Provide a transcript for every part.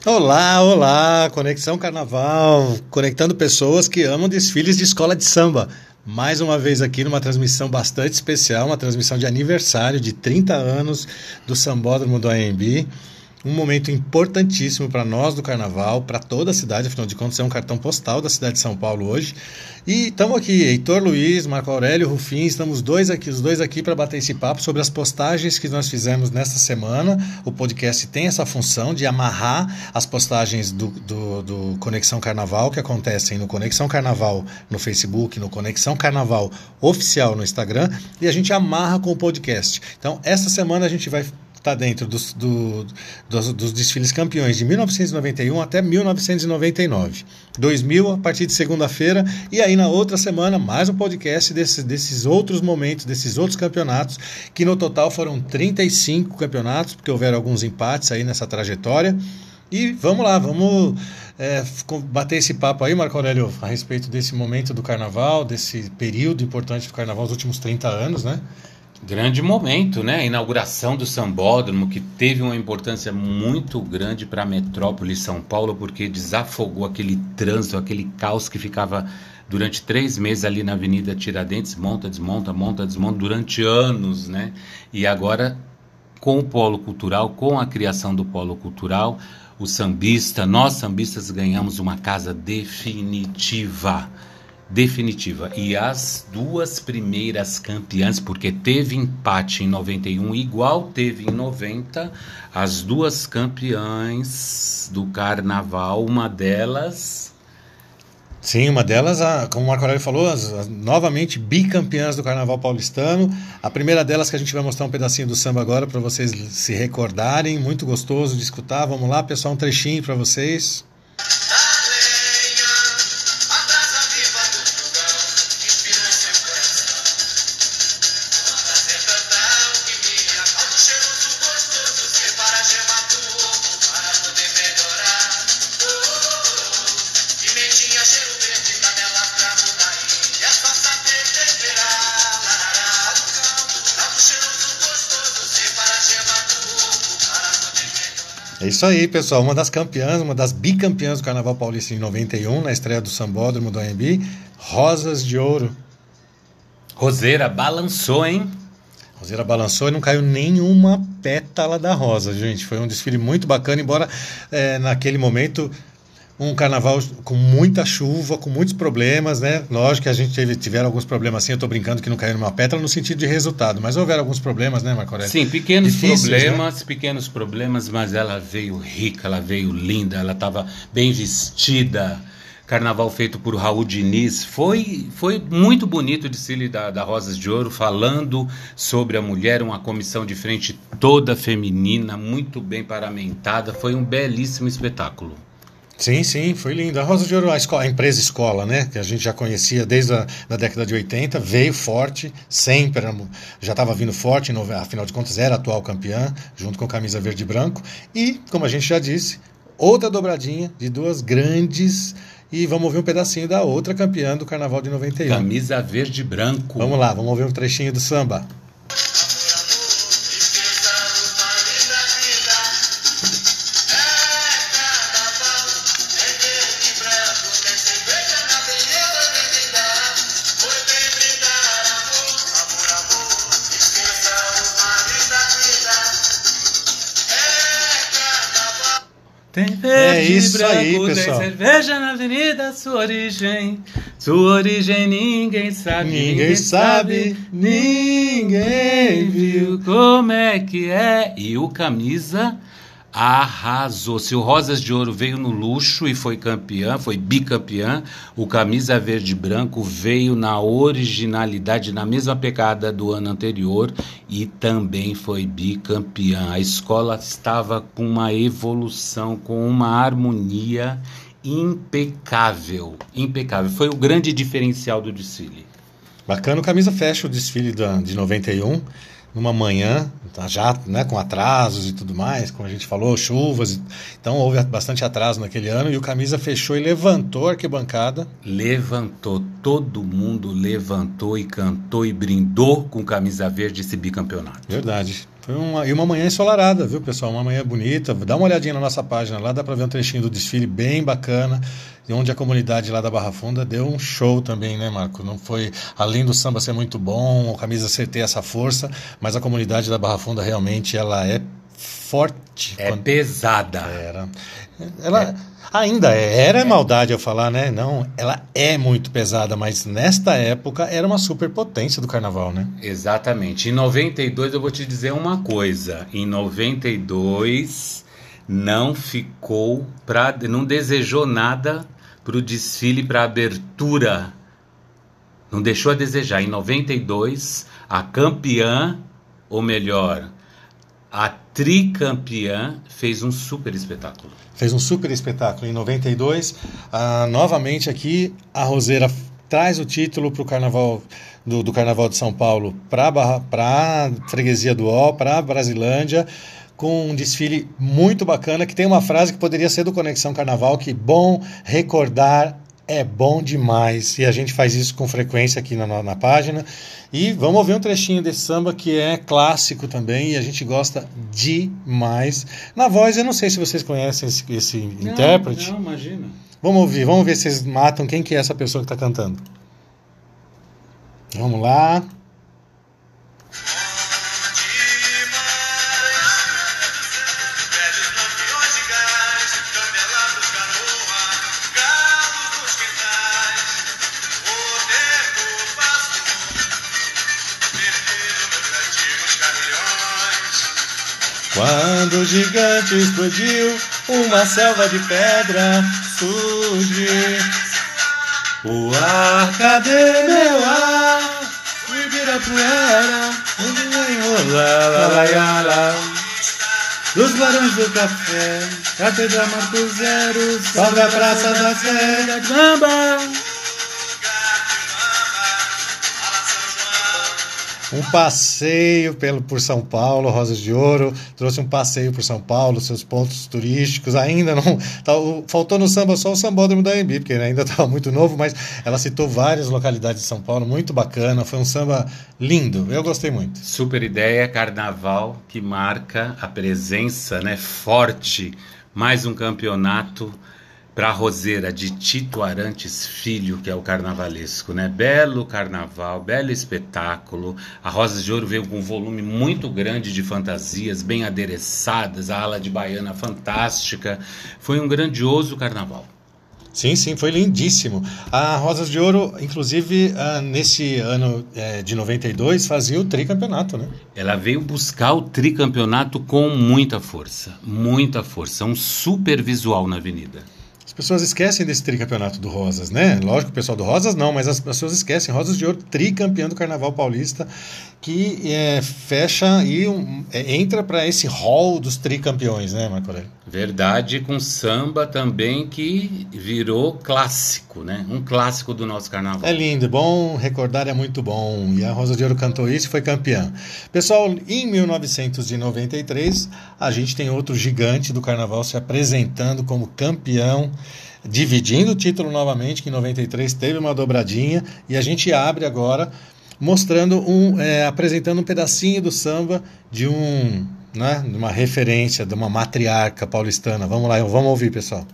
Olá, olá, Conexão Carnaval, conectando pessoas que amam desfiles de escola de samba. Mais uma vez aqui numa transmissão bastante especial, uma transmissão de aniversário de 30 anos do Sambódromo do AMB. Um momento importantíssimo para nós do Carnaval, para toda a cidade, afinal de contas é um cartão postal da cidade de São Paulo hoje. E estamos aqui, Heitor Luiz, Marco Aurélio, Rufim, estamos os dois aqui para bater esse papo sobre as postagens que nós fizemos nesta semana. O podcast tem essa função de amarrar as postagens do Conexão Carnaval, que acontecem no Conexão Carnaval no Facebook, no Conexão Carnaval Oficial no Instagram, e a gente amarra com o podcast. Então, essa semana a gente vai está dentro dos desfiles campeões de 1991 até 1999. 2000 a partir de segunda-feira, e aí na outra semana mais um podcast desses outros momentos, desses outros campeonatos, que no total foram 35 campeonatos, porque houveram alguns empates aí nessa trajetória. E vamos lá, vamos bater esse papo aí, Marco Aurélio, a respeito desse momento do Carnaval, desse período importante do Carnaval, os últimos 30 anos, né? Grande momento, né? A inauguração do Sambódromo, que teve uma importância muito grande para a metrópole São Paulo, porque desafogou aquele trânsito, aquele caos que ficava durante 3 meses ali na Avenida Tiradentes, monta, desmonta, durante anos, né? E agora, com o polo cultural, com a criação do polo cultural, nós sambistas ganhamos uma casa definitiva. E as 2 primeiras campeãs, porque teve empate em 91 igual teve em 90, as 2 campeãs do Carnaval, uma delas... Sim, uma delas, como o Marco Aurélio falou, novamente bicampeãs do Carnaval paulistano. A primeira delas, que a gente vai mostrar um pedacinho do samba agora para vocês se recordarem, muito gostoso de escutar. Vamos lá, pessoal, um trechinho para vocês. É isso aí, pessoal. Uma das campeãs, uma das bicampeãs do Carnaval Paulista em 91, na estreia do Sambódromo do AMB, Rosas de Ouro. Roseira balançou, hein? Roseira balançou e não caiu nenhuma pétala da rosa, gente. Foi um desfile muito bacana, embora naquele momento um carnaval com muita chuva, com muitos problemas, né? Lógico que a gente tiveram alguns problemas assim, eu tô brincando que não caiu numa pétala no sentido de resultado, mas houveram alguns problemas, né, Marco Aurélio? Sim, pequenos problemas, mas ela veio rica, ela veio linda, ela estava bem vestida. Carnaval feito por Raul Diniz, foi muito bonito o desfile da Rosas de Ouro, falando sobre a mulher, uma comissão de frente toda feminina, muito bem paramentada, foi um belíssimo espetáculo. Sim, foi lindo. A Rosa de Ouro, a empresa escola, né, que a gente já conhecia desde a década de 80, veio forte, sempre, já estava vindo forte, afinal de contas era a atual campeã, junto com Camisa Verde e Branco, e, como a gente já disse, outra dobradinha de 2 grandes, e vamos ouvir um pedacinho da outra campeã do Carnaval de 91. Camisa Verde e Branco. Vamos lá, vamos ouvir um trechinho do samba. Tem verde isso branco, aí, tem pessoal. cerveja na avenida, sua origem ninguém sabe. Ninguém viu como é que é. E o Camisa arrasou. Se o Rosas de Ouro veio no luxo e foi campeã, foi bicampeã, o Camisa Verde e Branco veio na originalidade, na mesma pegada do ano anterior e também foi bicampeã. A escola estava com uma evolução, com uma harmonia impecável. Foi o grande diferencial do desfile. Bacana, o Camisa fecha o desfile de 91, numa manhã, já, né, com atrasos e tudo mais, como a gente falou, chuvas, então houve bastante atraso naquele ano, e o Camisa fechou e levantou a arquibancada. Levantou, todo mundo levantou e cantou e brindou com Camisa Verde esse bicampeonato. Verdade. Foi uma manhã ensolarada, viu, pessoal? Uma manhã bonita. Dá uma olhadinha na nossa página lá, dá para ver um trechinho do desfile bem bacana, onde a comunidade lá da Barra Funda deu um show também, né, Marco? Não foi, além do samba ser muito bom, o Camisa ter essa força, mas a comunidade da Barra Funda realmente ela é forte. É pesada. Ela ainda era maldade eu falar, né? Não, ela é muito pesada, mas nesta época era uma superpotência do carnaval, né? Exatamente. Em 92 eu vou te dizer uma coisa. Em 92 não ficou não desejou nada para o desfile, para a abertura. Não deixou a desejar. Em 92 a campeã, ou melhor, a tricampeã fez um super espetáculo. Fez um super espetáculo. Em 92, novamente aqui, a Roseira traz o título para o Carnaval do Carnaval de São Paulo para a Freguesia do Ó, para a Brasilândia, com um desfile muito bacana, que tem uma frase que poderia ser do Conexão Carnaval, que bom recordar é bom demais, e a gente faz isso com frequência aqui na página. E vamos ouvir um trechinho desse samba que é clássico também, e a gente gosta demais. Na voz, eu não sei se vocês conhecem esse intérprete. Não, imagina. Vamos ver se vocês matam quem que é essa pessoa que está cantando. Vamos lá. Quando o gigante explodiu, uma selva de pedra surge. O ar, cadê meu ar? Me vira poeira, onde vem rolar, dos barões do café, Catedral Marco Zero, salve a Praça da Sé, Samba. Um passeio por São Paulo, Rosas de Ouro, trouxe um passeio por São Paulo, seus pontos turísticos, ainda não... faltou no samba só o Sambódromo da Anhembi, porque ainda estava muito novo, mas ela citou várias localidades de São Paulo, muito bacana, foi um samba lindo, eu gostei muito. Super ideia, carnaval que marca a presença, né, forte, mais um campeonato para a Roseira de Tito Arantes Filho, que é o carnavalesco, né? Belo carnaval, belo espetáculo. A Rosas de Ouro veio com um volume muito grande de fantasias, bem adereçadas, a ala de baiana fantástica. Foi um grandioso carnaval. Sim, foi lindíssimo. A Rosas de Ouro, inclusive, nesse ano de 92, fazia o tricampeonato, né? Ela veio buscar o tricampeonato com muita força, um super visual na avenida. As pessoas esquecem desse tricampeonato do Rosas, né? Lógico, o pessoal do Rosas não, mas as pessoas esquecem. Rosas de Ouro, tricampeão do Carnaval Paulista, que fecha e entra para esse hall dos tricampeões, né, Marco Aurélio? Verdade, com samba também que virou clássico, né? Um clássico do nosso carnaval. É lindo, bom, recordar é muito bom. E a Rosa de Ouro cantou isso e foi campeã. Pessoal, em 1993, a gente tem outro gigante do carnaval se apresentando como campeão, dividindo o título novamente, que em 93 teve uma dobradinha, e a gente abre agora mostrando apresentando um pedacinho do samba de uma referência, de uma matriarca paulistana. Vamos lá, vamos ouvir, pessoal.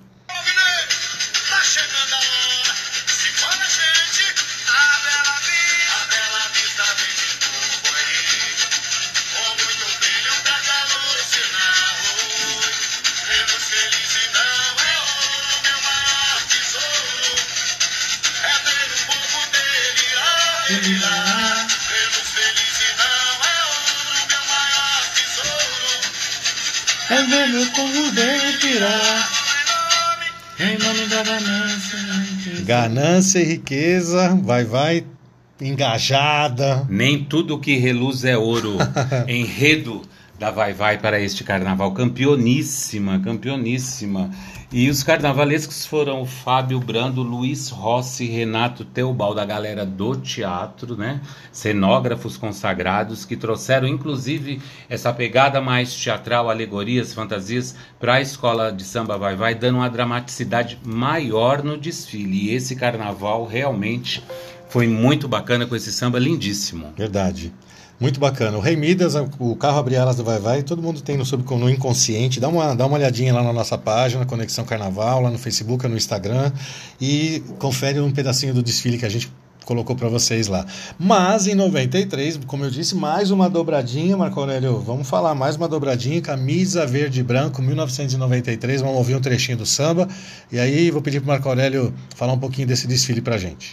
É ver meu povo bem tirar. Em nome da ganância. Ganância e riqueza, vai, engajada. Nem tudo que reluz é ouro. Enredo da Vai Vai para este carnaval. Campeoníssima, campeoníssima. E os carnavalescos foram o Fábio Brando, Luiz Rossi, Renato Teobaldo, a galera do teatro, né? Cenógrafos consagrados que trouxeram, inclusive, essa pegada mais teatral, alegorias, fantasias, para a escola de samba Vai Vai, dando uma dramaticidade maior no desfile. E esse carnaval realmente foi muito bacana com esse samba lindíssimo. Verdade. Muito bacana. O Rei Midas, o carro abrir alas do Vai Vai, todo mundo tem no inconsciente. Dá uma olhadinha lá na nossa página, Conexão Carnaval, lá no Facebook, no Instagram, e confere um pedacinho do desfile que a gente colocou para vocês lá. Mas em 93, como eu disse, mais uma dobradinha, Marco Aurélio, vamos falar mais uma dobradinha, Camisa Verde e Branco, 1993, vamos ouvir um trechinho do samba, e aí vou pedir para o Marco Aurélio falar um pouquinho desse desfile para a gente.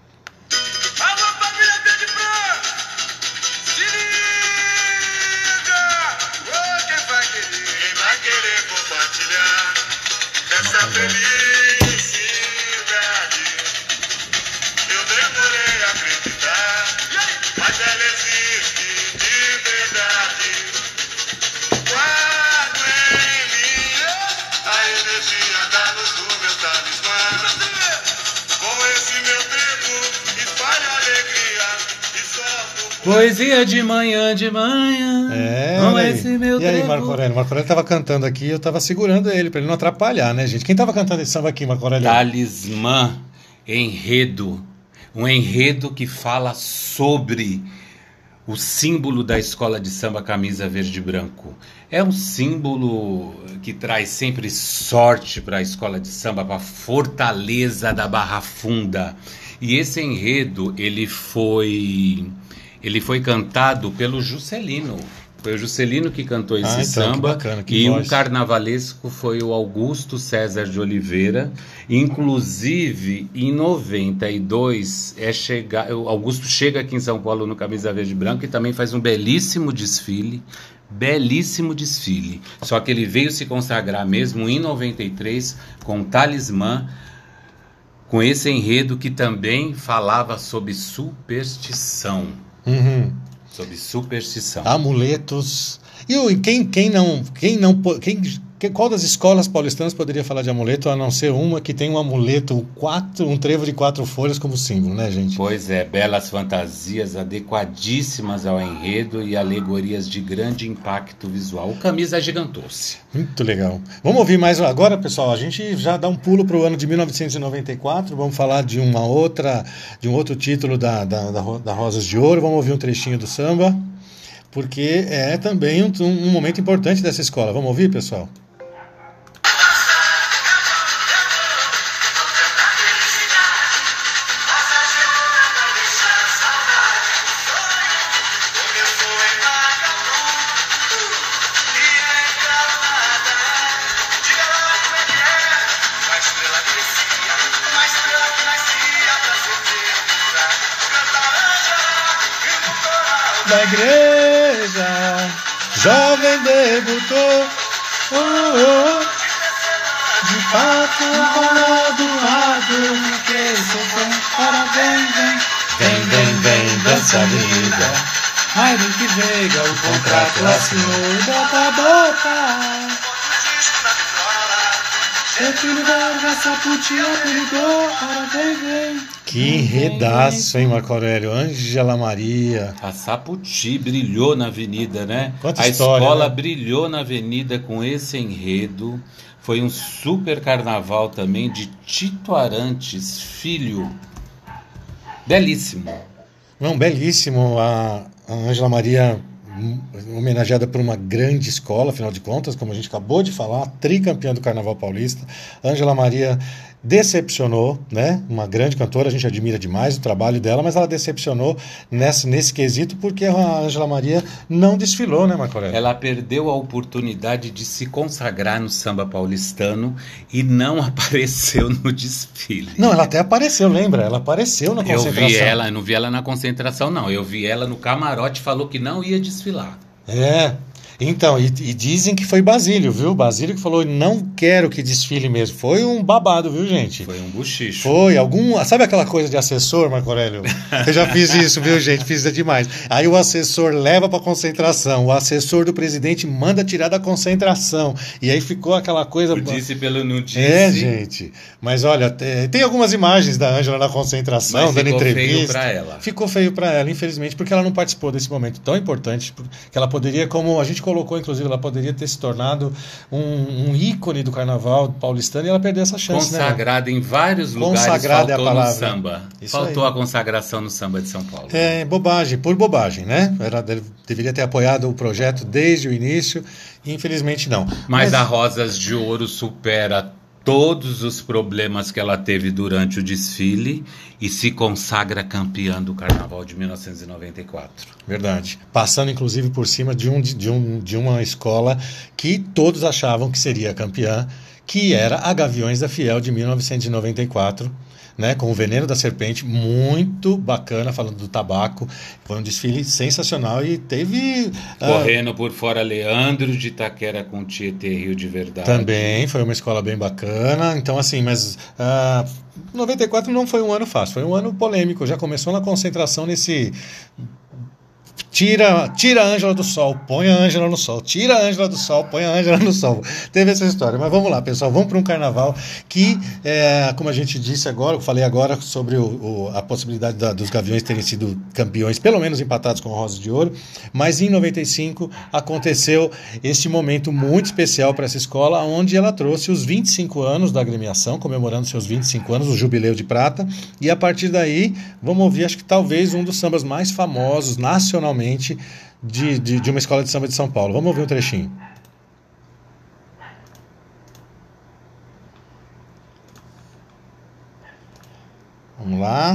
Poesia de manhã, esse meu. E aí, Marco Aurélio? Marco Aurélio estava cantando aqui, eu estava segurando ele, para ele não atrapalhar, né, gente? Quem estava cantando esse samba aqui, Marco Aurélio? Talismã, enredo. Um enredo que fala sobre o símbolo da escola de samba Camisa Verde e Branco. É um símbolo que traz sempre sorte para a escola de samba, para a fortaleza da Barra Funda. E esse enredo, ele foi cantado pelo Juscelino. Foi o Juscelino que cantou esse samba. Que bacana, que e voz. O carnavalesco foi o Augusto César de Oliveira. Inclusive, em 92, o Augusto chega aqui em São Paulo no Camisa Verde e Branco e também faz um belíssimo desfile. Belíssimo desfile. Só que ele veio se consagrar mesmo em 93 com Talismã, com esse enredo que também falava sobre superstição. Uhum. Sobre superstição. Amuletos. E qual das escolas paulistanas poderia falar de amuleto, a não ser uma que tem um amuleto, um trevo de 4 folhas como símbolo, né, gente? Pois é, belas fantasias adequadíssimas ao enredo e alegorias de grande impacto visual. O Camisa agigantou-se. Muito legal. Vamos ouvir mais agora, pessoal. A gente já dá um pulo para o ano de 1994. Vamos falar de um outro título da Rosas de Ouro. Vamos ouvir um trechinho do samba, porque é também um momento importante dessa escola. Vamos ouvir, pessoal? Da igreja, jovem debutou, de fato adoado, que parabéns, vem, dança a vida, ai do que veiga, o contrato assinou, bota a boca, é filho da Saputia, perigou, parabéns, vem. Que enredaço, hein, Marco Aurélio? Ângela Maria. A Saputi brilhou na avenida, né? Quanta a história, escola né? brilhou na avenida com esse enredo. Foi um super carnaval também de Tito Arantes, filho. Belíssimo. Não, belíssimo. A Ângela Maria, homenageada por uma grande escola, afinal de contas, como a gente acabou de falar, tricampeã do Carnaval Paulista. Ângela Maria decepcionou, né? Uma grande cantora, a gente admira demais o trabalho dela, mas ela decepcionou nesse quesito porque a Ângela Maria não desfilou, né, Marco Aurélio? Ela perdeu a oportunidade de se consagrar no samba paulistano e não apareceu no desfile. Não, ela até apareceu, lembra? Ela apareceu na concentração. Eu não vi ela na concentração, não. Eu vi ela no camarote, falou que não ia desfilar. É, Então, e dizem que foi Basílio, viu? Basílio que falou, não quero que desfile mesmo. Foi um babado, viu, gente? Foi um bochicho. Foi, sabe aquela coisa de assessor, Marco Aurélio? Eu já fiz isso, viu, gente? Fiz isso demais. Aí o assessor leva pra concentração, o assessor do presidente manda tirar da concentração. E aí ficou aquela coisa... O disse pelo não disse. É, gente. Mas olha, tem algumas imagens da Ângela na concentração, dando entrevista. Ficou feio pra ela. Ficou feio pra ela, infelizmente, porque ela não participou desse momento tão importante, que ela poderia, como a gente colocou, inclusive, ela poderia ter se tornado um ícone do carnaval paulistano e ela perdeu essa chance, consagrada, né? Em vários lugares, consagrada faltou é a palavra. No samba. Isso faltou aí. A consagração no samba de São Paulo. É, bobagem, por bobagem, né? Ela deveria ter apoiado o projeto desde o início e infelizmente não. Mas a Rosas de Ouro supera todos os problemas que ela teve durante o desfile e se consagra campeã do Carnaval de 1994. Verdade. Passando, inclusive, por cima de uma escola que todos achavam que seria campeã, que era a Gaviões da Fiel de 1994, né, com o Veneno da Serpente, muito bacana, falando do tabaco. Foi um desfile sensacional e teve... Correndo por fora Leandro de Itaquera com Tietê Rio de Verdade. Também foi uma escola bem bacana. Então, assim, mas 94 não foi um ano fácil, foi um ano polêmico. Já começou na concentração nesse... Tira a Ângela do sol, põe a Ângela no sol. Tira a Ângela do sol, põe a Ângela no sol. Teve essa história. Mas vamos lá, pessoal. Vamos para um carnaval que, como a gente disse agora, eu falei agora sobre a possibilidade dos Gaviões terem sido campeões, pelo menos empatados com a Rosa de Ouro. Mas em 95 aconteceu este momento muito especial para essa escola, onde ela trouxe os 25 anos da agremiação, comemorando seus 25 anos, o Jubileu de Prata. E a partir daí, vamos ouvir, acho que talvez um dos sambas mais famosos nacionalmente de uma escola de samba de São Paulo. Vamos ouvir um trechinho. Vamos lá.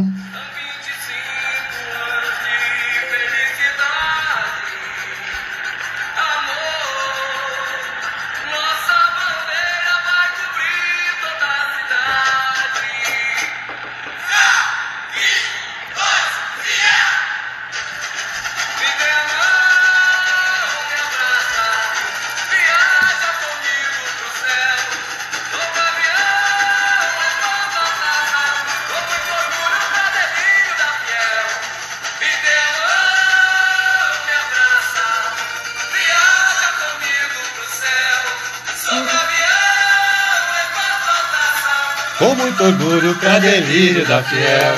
Com muito orgulho pra delírio da Fiel,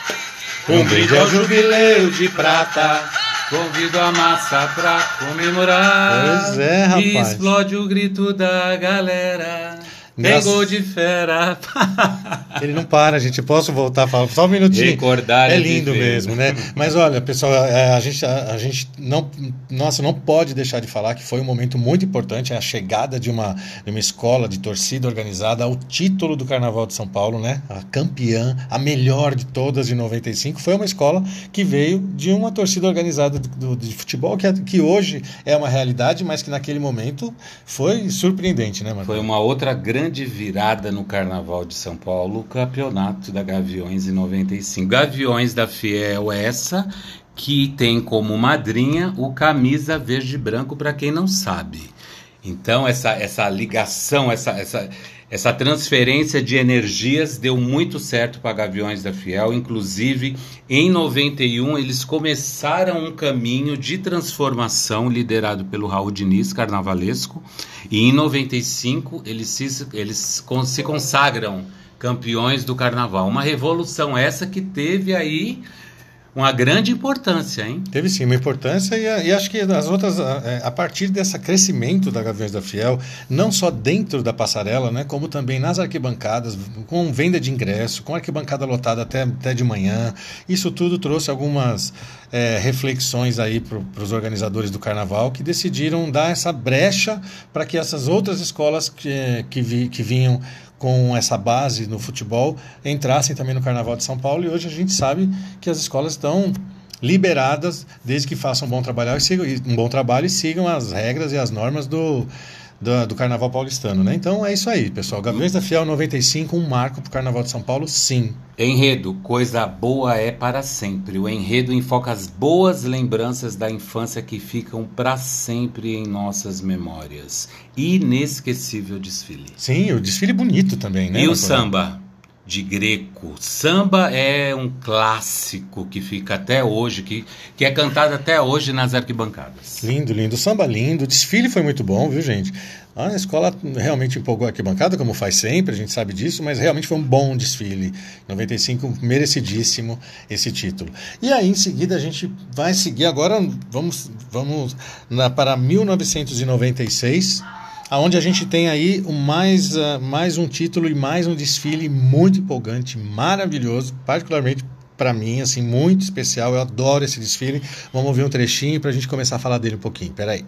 um brinde ao Jubileu de Prata, convido a massa pra comemorar. Pois é, rapaz. E explode o grito da galera. Tem gol de fera. Ele não para, gente. Eu posso voltar a falar só um minutinho. Recordar é lindo mesmo, né? Mas olha, pessoal, a gente não pode deixar de falar que foi um momento muito importante, a chegada de uma escola de torcida organizada ao título do Carnaval de São Paulo, né? A campeã, a melhor de todas de 95. Foi uma escola que veio de uma torcida organizada de futebol, que hoje é uma realidade, mas que naquele momento foi surpreendente, né, Marcos? Foi uma outra grande virada no Carnaval de São Paulo, o campeonato da Gaviões em 95. Gaviões da Fiel, essa que tem como madrinha o camisa verde e branco, para quem não sabe. Então essa ligação, essa transferência de energias deu muito certo para Gaviões da Fiel. Inclusive, em 91, eles começaram um caminho de transformação liderado pelo Raul Diniz, carnavalesco. E em 95, eles se consagram campeões do Carnaval. Uma revolução essa que teve aí uma grande importância, hein? Teve sim, uma importância e acho que as outras, a partir desse crescimento da Gaviões da Fiel, não só dentro da passarela, né, como também nas arquibancadas, com venda de ingresso, com arquibancada lotada até de manhã, isso tudo trouxe algumas reflexões aí para os organizadores do Carnaval, que decidiram dar essa brecha para que essas outras escolas que vinham com essa base no futebol, entrassem também no Carnaval de São Paulo, e hoje a gente sabe que as escolas estão liberadas, desde que façam um bom trabalho e sigam as regras e as normas do Carnaval paulistano, né? Então é isso aí, pessoal. Gaviões da Fiel 95, um marco para o Carnaval de São Paulo, sim. Enredo, coisa boa é para sempre. O enredo enfoca as boas lembranças da infância que ficam para sempre em nossas memórias. Inesquecível desfile. Sim, o desfile bonito também, né? E o samba de Greco. Samba é um clássico que fica até hoje, que é cantado até hoje nas arquibancadas. Lindo, lindo. Samba lindo. O desfile foi muito bom, viu, gente? A escola realmente empolgou a arquibancada, como faz sempre, a gente sabe disso, mas realmente foi um bom desfile. 95, merecidíssimo esse título. E aí, em seguida, a gente vai seguir agora, vamos para 1996, onde a gente tem aí mais um título e mais um desfile muito empolgante, maravilhoso, particularmente para mim, assim, muito especial. Eu adoro esse desfile. Vamos ouvir um trechinho para a gente começar a falar dele um pouquinho. Peraí.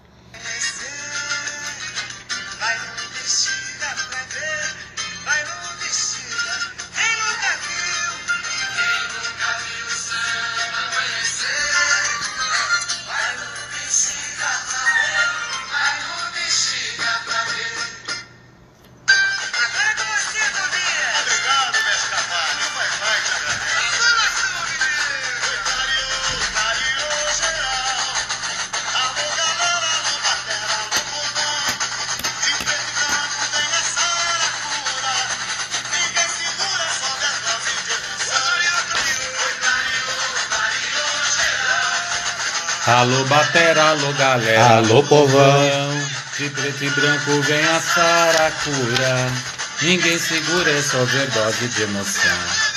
Alô, batera, alô, galera. Alô, povão. De preto e branco vem a saracura. Ninguém segura essa overdose de emoção.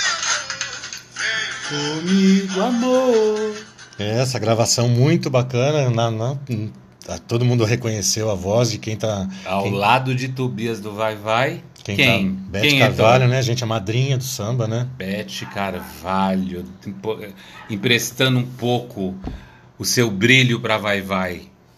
Comigo, amor. Essa gravação muito bacana. Todo mundo reconheceu a voz de quem tá... Ao lado de Tobias do Vai Vai. Quem? Beth Carvalho, né, gente? A madrinha do samba, né? Beth Carvalho. Emprestando um pouco o seu brilho para Vai Vai.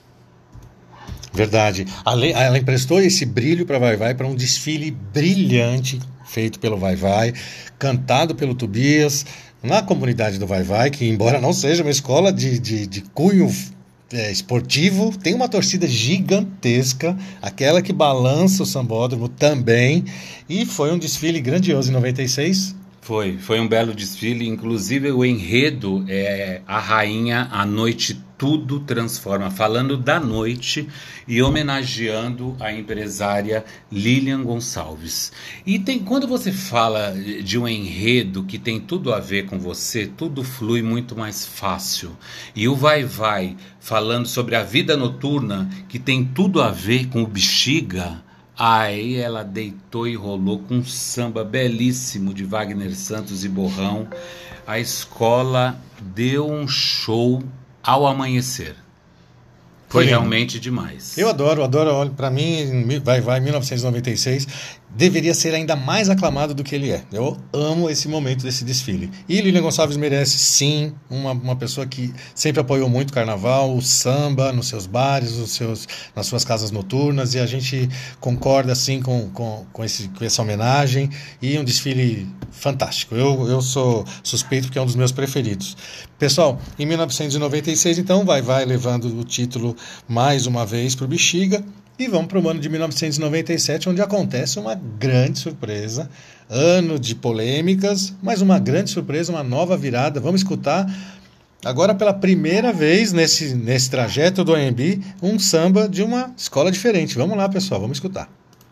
Verdade. Ela emprestou esse brilho para Vai Vai, para um desfile brilhante feito pelo Vai Vai, cantado pelo Tobias, na comunidade do Vai Vai, que embora não seja uma escola de cunho esportivo, tem uma torcida gigantesca, aquela que balança o sambódromo também, e foi um desfile grandioso em 96. Foi um belo desfile, inclusive o enredo é A Rainha, a Noite Tudo Transforma, falando da noite e homenageando a empresária Lilian Gonçalves. E quando você fala de um enredo que tem tudo a ver com você, tudo flui muito mais fácil. E o Vai Vai falando sobre a vida noturna, que tem tudo a ver com o Bexiga. Aí ela deitou e rolou com um samba belíssimo de Wagner Santos e Borrão. A escola deu um show ao amanhecer. Foi realmente demais. Eu adoro. Olha, para mim, Vai Vai 1996 deveria ser ainda mais aclamado do que ele é. Eu amo esse momento desse desfile. E Lilian Gonçalves merece, sim, uma pessoa que sempre apoiou muito o carnaval, o samba, nos seus bares, nas suas casas noturnas, e a gente concorda, assim, com essa homenagem, e um desfile fantástico. Eu sou suspeito porque é um dos meus preferidos. Pessoal, em 1996, então, Vai levando o título mais uma vez para o Bexiga. E vamos para o ano de 1997, onde acontece uma grande surpresa, ano de polêmicas, mas uma grande surpresa, uma nova virada. Vamos escutar agora pela primeira vez nesse trajeto do AMB, um samba de uma escola diferente. Vamos lá, pessoal, vamos escutar.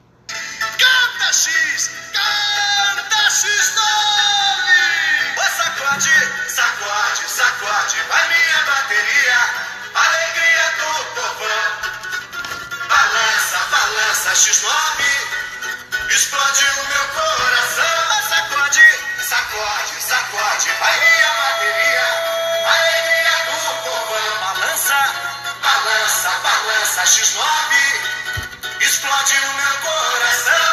Canta X, sacode, sacode, sacode, vai minha bateria, alegria do povão. Balança X9, explode o meu coração. Sacode, sacode, sacode, vai minha bateria, alegria do povão. Balança X9, explode o meu coração.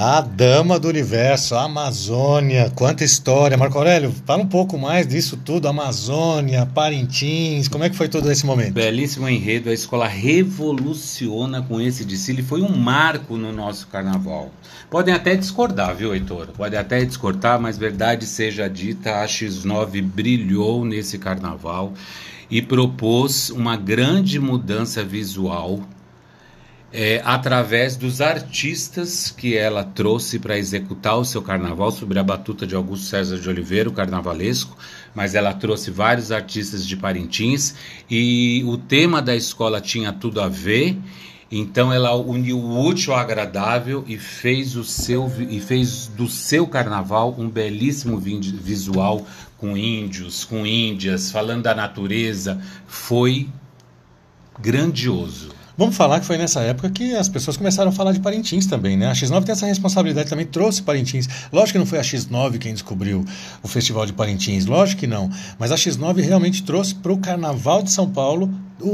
A dama do universo, a Amazônia, quanta história. Marco Aurélio, fala um pouco mais disso tudo, Amazônia, Parintins, como é que foi todo esse momento? Belíssimo enredo, a escola revoluciona com esse desfile, foi um marco no nosso carnaval. Podem até discordar, viu, Heitor? Podem até discordar, mas verdade seja dita, a X9 brilhou nesse carnaval e propôs uma grande mudança visual através dos artistas que ela trouxe para executar o seu carnaval, sob a batuta de Augusto César de Oliveira, o carnavalesco, mas ela trouxe vários artistas de Parintins e o tema da escola tinha tudo a ver. Então ela uniu o útil ao agradável e fez do seu carnaval um belíssimo visual com índios, com índias, falando da natureza. Foi grandioso. Vamos falar que foi nessa época que as pessoas começaram a falar de Parintins também, né? A X9 tem essa responsabilidade também, trouxe Parintins. Lógico que não foi a X9 quem descobriu o Festival de Parintins, lógico que não. Mas a X9 realmente trouxe para o Carnaval de São Paulo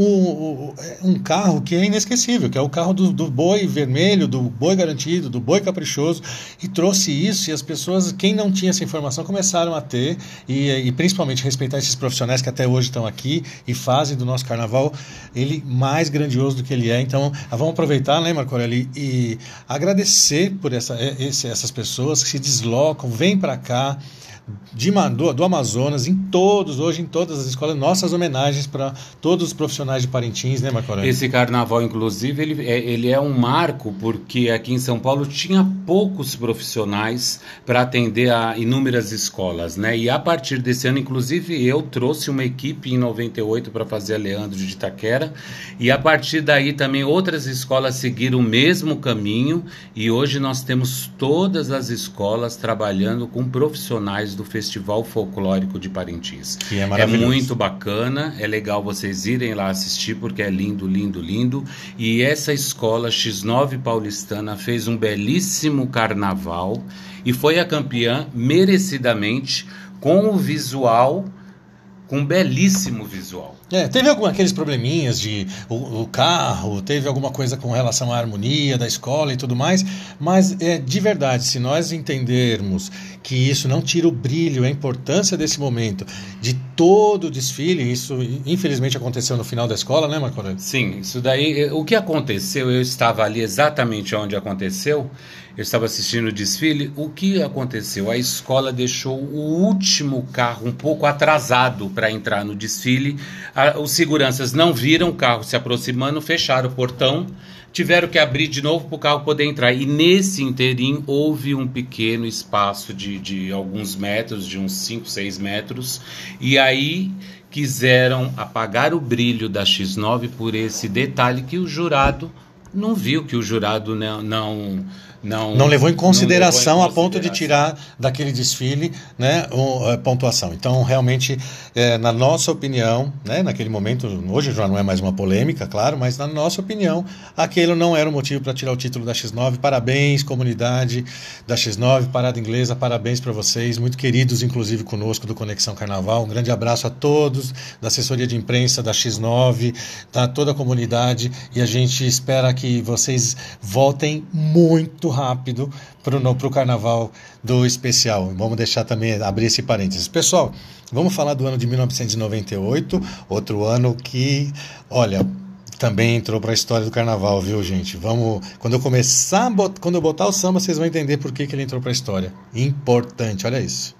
um carro que é inesquecível, que é o carro do boi vermelho, do boi garantido, do boi caprichoso, e trouxe isso, e as pessoas, quem não tinha essa informação, começaram a ter, e principalmente respeitar esses profissionais que até hoje estão aqui e fazem do nosso carnaval ele mais grandioso do que ele é. Então, vamos aproveitar, né, Marco Aurélio, e agradecer por essas pessoas que se deslocam, vêm para cá, do Amazonas, hoje em todas as escolas, nossas homenagens para todos os profissionais de Parintins, né, Marco Aurélio? Esse carnaval, inclusive, ele é um marco, porque aqui em São Paulo tinha poucos profissionais para atender a inúmeras escolas, né? E a partir desse ano, inclusive, eu trouxe uma equipe em 98 para fazer a Leandro de Itaquera, e a partir daí também outras escolas seguiram o mesmo caminho, e hoje nós temos todas as escolas trabalhando com profissionais do Festival Folclórico de Parintins. Que é maravilhoso. É muito bacana, é legal vocês irem lá assistir, porque é lindo, lindo, lindo. E essa escola X9 paulistana fez um belíssimo carnaval e foi a campeã merecidamente, com o visual, com um belíssimo visual. Teve aqueles probleminhas de o carro, teve alguma coisa com relação à harmonia da escola e tudo mais, mas de verdade, se nós entendermos que isso não tira o brilho, a importância desse momento, de todo o desfile, isso infelizmente aconteceu no final da escola, né, Marco Aurélio? Sim, isso daí, o que aconteceu, eu estava ali exatamente onde aconteceu, eu estava assistindo o desfile, o que aconteceu? A escola deixou o último carro um pouco atrasado para entrar no desfile, os seguranças não viram o carro se aproximando, fecharam o portão, tiveram que abrir de novo para o carro poder entrar. E nesse inteirinho houve um pequeno espaço de alguns metros, de uns 5, 6 metros, e aí quiseram apagar o brilho da X9 por esse detalhe que o jurado não viu, que o jurado não levou em consideração a ponto de tirar daquele desfile, né, pontuação. Então, realmente, na nossa opinião, né, naquele momento, hoje já não é mais uma polêmica, claro, mas na nossa opinião, aquele não era o motivo para tirar o título da X9. Parabéns, comunidade da X9, Parada Inglesa, parabéns para vocês, muito queridos, inclusive conosco do Conexão Carnaval. Um grande abraço a todos da assessoria de imprensa da X9, tá, toda a comunidade, e a gente espera que vocês voltem muito rápido para o carnaval do especial. Vamos deixar também, abrir esse parênteses. Pessoal, vamos falar do ano de 1998, outro ano que, olha, também entrou para a história do carnaval, viu, gente? Quando eu botar o samba, vocês vão entender por que ele entrou para a história. Importante, olha isso.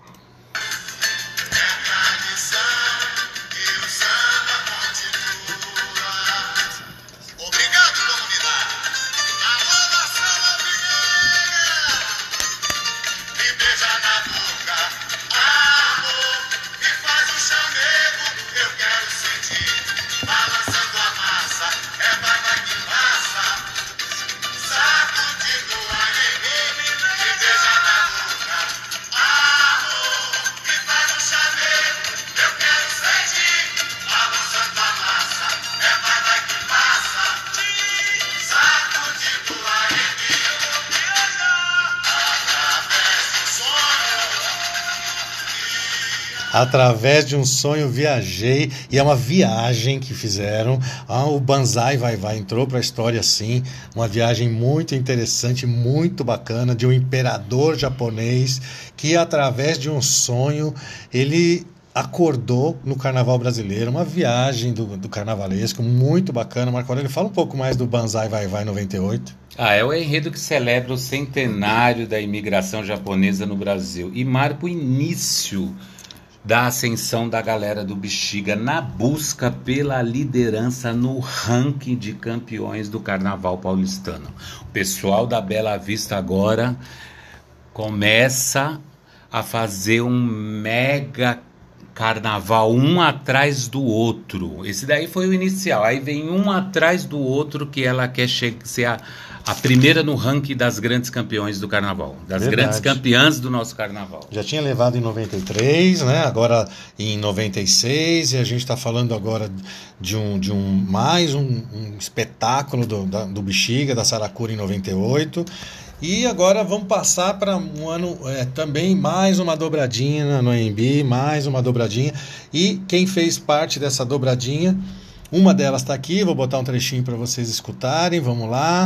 Através de um sonho viajei, e é uma viagem que fizeram. O Banzai Vai Vai entrou para a história assim, uma viagem muito interessante, muito bacana, de um imperador japonês que através de um sonho ele acordou no carnaval brasileiro, uma viagem do carnavalesco muito bacana. Marco Aurélio, fala um pouco mais do Banzai Vai Vai 98. É o enredo que celebra o centenário da imigração japonesa no Brasil e marca o início da ascensão da galera do Bexiga na busca pela liderança no ranking de campeões do carnaval paulistano. O pessoal da Bela Vista agora começa a fazer um mega carnaval um atrás do outro. Esse daí foi o inicial. Aí vem um atrás do outro que ela quer ser a primeira no ranking das grandes campeões do carnaval. Das grandes campeãs do nosso carnaval. Já tinha levado em 93, né? Agora em 96. E a gente está falando agora de mais um espetáculo do Bexiga, da Saracura em 98. E agora vamos passar para um ano também mais uma dobradinha no AMB, mais uma dobradinha. E quem fez parte dessa dobradinha, uma delas está aqui, vou botar um trechinho para vocês escutarem, vamos lá.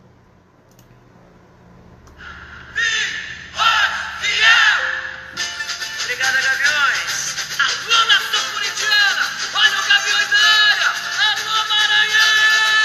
Obrigada, Gaviões. Alô, nação corintiana. Olha o Gaviões na área. Alô, Maranhão.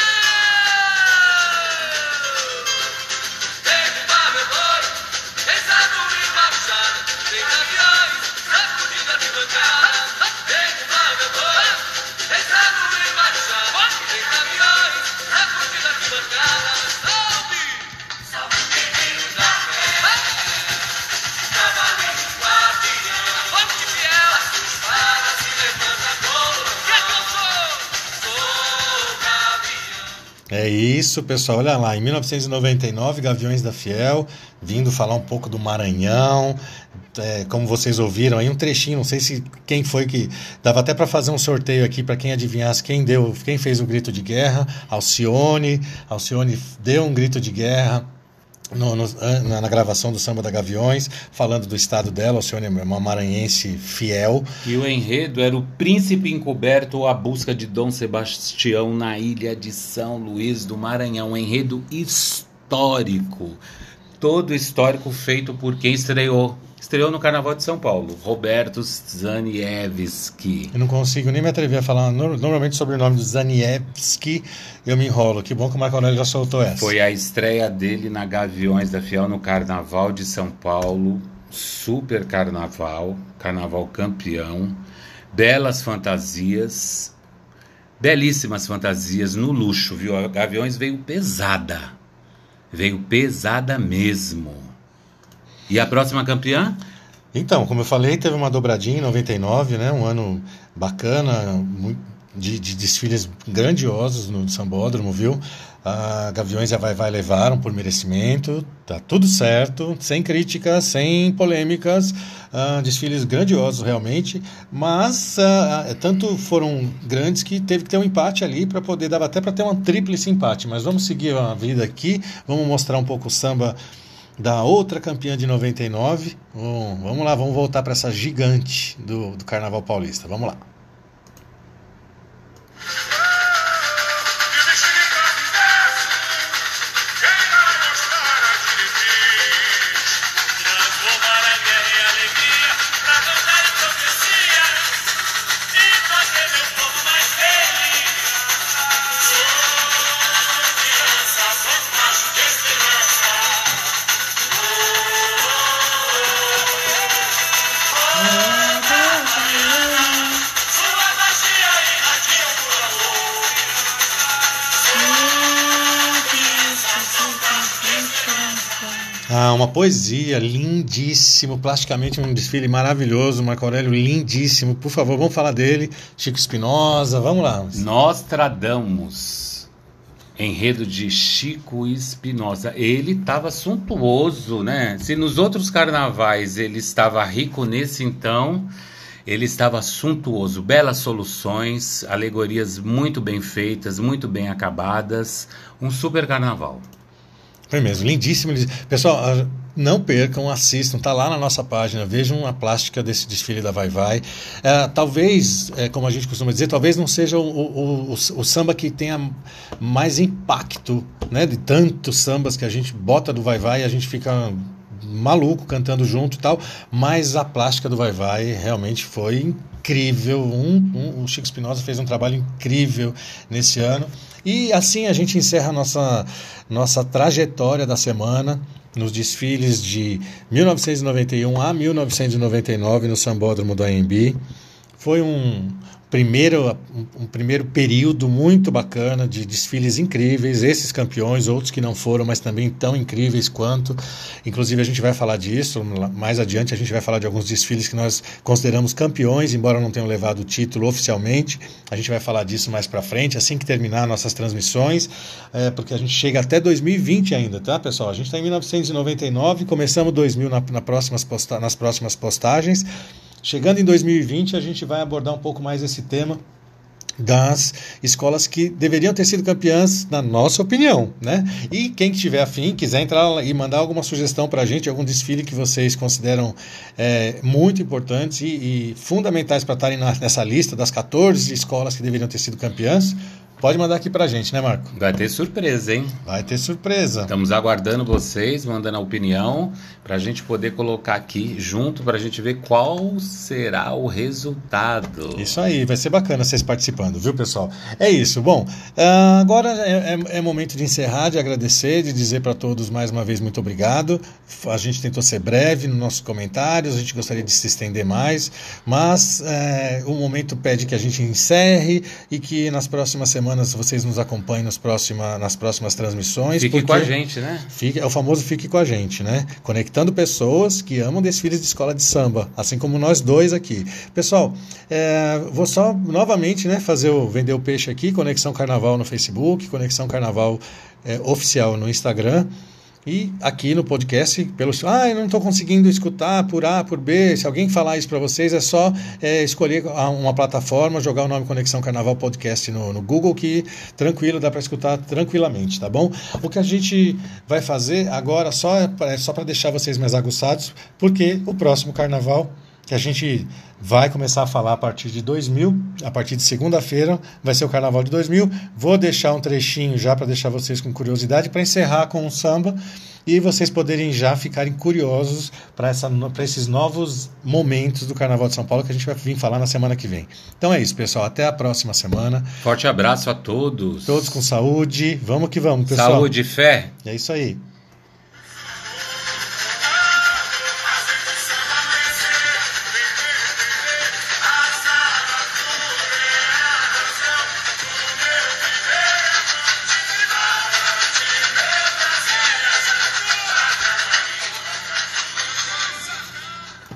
Derrubar meu boi, pensado em baixada. Tem Gaviões, sacudindo a arquibancada. Derrubar meu boi, pensado em baixada. Tem Gaviões, sacudindo a arquibancada. Salve! Salve, guerreiro da fé. Cavalinho guardião, forte e fiel, a sua espada se levanta como que eu sou gavião. É isso, pessoal. Olha lá, em 1999, Gaviões da Fiel, vindo falar um pouco do Maranhão. Como vocês ouviram aí, um trechinho, não sei se quem foi que... Dava até para fazer um sorteio aqui para quem adivinhasse quem fez o grito de guerra. Alcione deu um grito de guerra na gravação do Samba da Gaviões, falando do estado dela. Alcione é uma maranhense fiel. E o enredo era o príncipe encoberto ou a busca de Dom Sebastião na ilha de São Luís do Maranhão. Um enredo histórico. Todo histórico feito por quem estreou no Carnaval de São Paulo, Roberto Zaniewski. Eu não consigo nem me atrever a falar normalmente sobre o nome do Zaniewski, eu me enrolo. Que bom que o Marco Aurélio já soltou essa. Foi a estreia dele na Gaviões da Fiel no Carnaval de São Paulo, super carnaval, carnaval campeão, belas fantasias, belíssimas fantasias no luxo, viu? A Gaviões veio pesada mesmo. E a próxima campeã? Então, como eu falei, teve uma dobradinha em 99, né? Um ano bacana, de desfiles grandiosos no Sambódromo, viu? A Gaviões e a Vai Vai levaram por merecimento, tá tudo certo, sem críticas, sem polêmicas, desfiles grandiosos realmente, mas tanto foram grandes que teve que ter um empate ali para poder, dava até para ter um tríplice empate, mas vamos seguir a vida aqui, vamos mostrar um pouco o samba da outra campeã de 99. Vamos lá, vamos voltar para essa gigante do Carnaval Paulista. Vamos lá. Uma poesia lindíssimo, plasticamente um desfile maravilhoso, Marco Aurélio lindíssimo. Por favor, vamos falar dele. Chico Espinosa, vamos lá. Nostradamus, enredo de Chico Espinosa. Ele estava suntuoso, né? Se nos outros carnavais ele estava rico, nesse então ele estava suntuoso. Belas soluções, alegorias muito bem feitas, muito bem acabadas. Um super carnaval. Foi mesmo, lindíssimo. Pessoal, Não percam, assistam, tá lá na nossa página, vejam a plástica desse desfile da Vai Vai. Talvez, como a gente costuma dizer, talvez não seja o samba que tenha mais impacto, né, de tantos sambas que a gente bota do Vai Vai e a gente fica maluco cantando junto e tal, mas a plástica do Vai Vai realmente foi incrível. O Chico Espinosa fez um trabalho incrível nesse ano. E assim a gente encerra a nossa trajetória da semana nos desfiles de 1991 a 1999 no Sambódromo do AMB. Foi um primeiro período muito bacana de desfiles incríveis, esses campeões, outros que não foram, mas também tão incríveis quanto. Inclusive a gente vai falar disso, mais adiante a gente vai falar de alguns desfiles que nós consideramos campeões, embora não tenham levado o título oficialmente. A gente vai falar disso mais pra frente, assim que terminar nossas transmissões, porque a gente chega até 2020 ainda, tá, pessoal? A gente está em 1999, começamos 2000 nas próximas postagens. Chegando em 2020, a gente vai abordar um pouco mais esse tema das escolas que deveriam ter sido campeãs, na nossa opinião, né? E quem tiver afim, quiser entrar e mandar alguma sugestão para a gente, algum desfile que vocês consideram muito importantes e fundamentais para estarem nessa lista das 14 escolas que deveriam ter sido campeãs, pode mandar aqui pra gente, né, Marco? Vai ter surpresa, hein? Vai ter surpresa. Estamos aguardando vocês, mandando a opinião, pra gente poder colocar aqui junto, pra gente ver qual será o resultado. Isso aí, vai ser bacana vocês participando, viu, pessoal? É isso. Bom, agora é momento de encerrar, de agradecer, de dizer para todos mais uma vez muito obrigado. A gente tentou ser breve nos nossos comentários, a gente gostaria de se estender mais, mas o momento pede que a gente encerre e que nas próximas semanas vocês nos acompanhem nas próximas transmissões. Fique com a gente, né? É o famoso fique com a gente, né? Conectando pessoas que amam desfiles de escola de samba, assim como nós dois aqui. Pessoal, vou só novamente, né, vender o peixe aqui, Conexão Carnaval no Facebook, Conexão Carnaval oficial no Instagram. E aqui no podcast, eu não estou conseguindo escutar por A, por B. Se alguém falar isso para vocês, é só escolher uma plataforma, jogar o nome Conexão Carnaval Podcast no Google, que tranquilo, dá para escutar tranquilamente, tá bom? O que a gente vai fazer agora só para deixar vocês mais aguçados, porque o próximo carnaval, que a gente vai começar a falar a partir de 2000, a partir de segunda-feira, vai ser o Carnaval de 2000. Vou deixar um trechinho já para deixar vocês com curiosidade, para encerrar com o samba e vocês poderem já ficarem curiosos para esses novos momentos do Carnaval de São Paulo que a gente vai vir falar na semana que vem. Então é isso, pessoal. Até a próxima semana. Forte abraço a todos. Todos com saúde. Vamos que vamos, pessoal. Saúde e fé. É isso aí.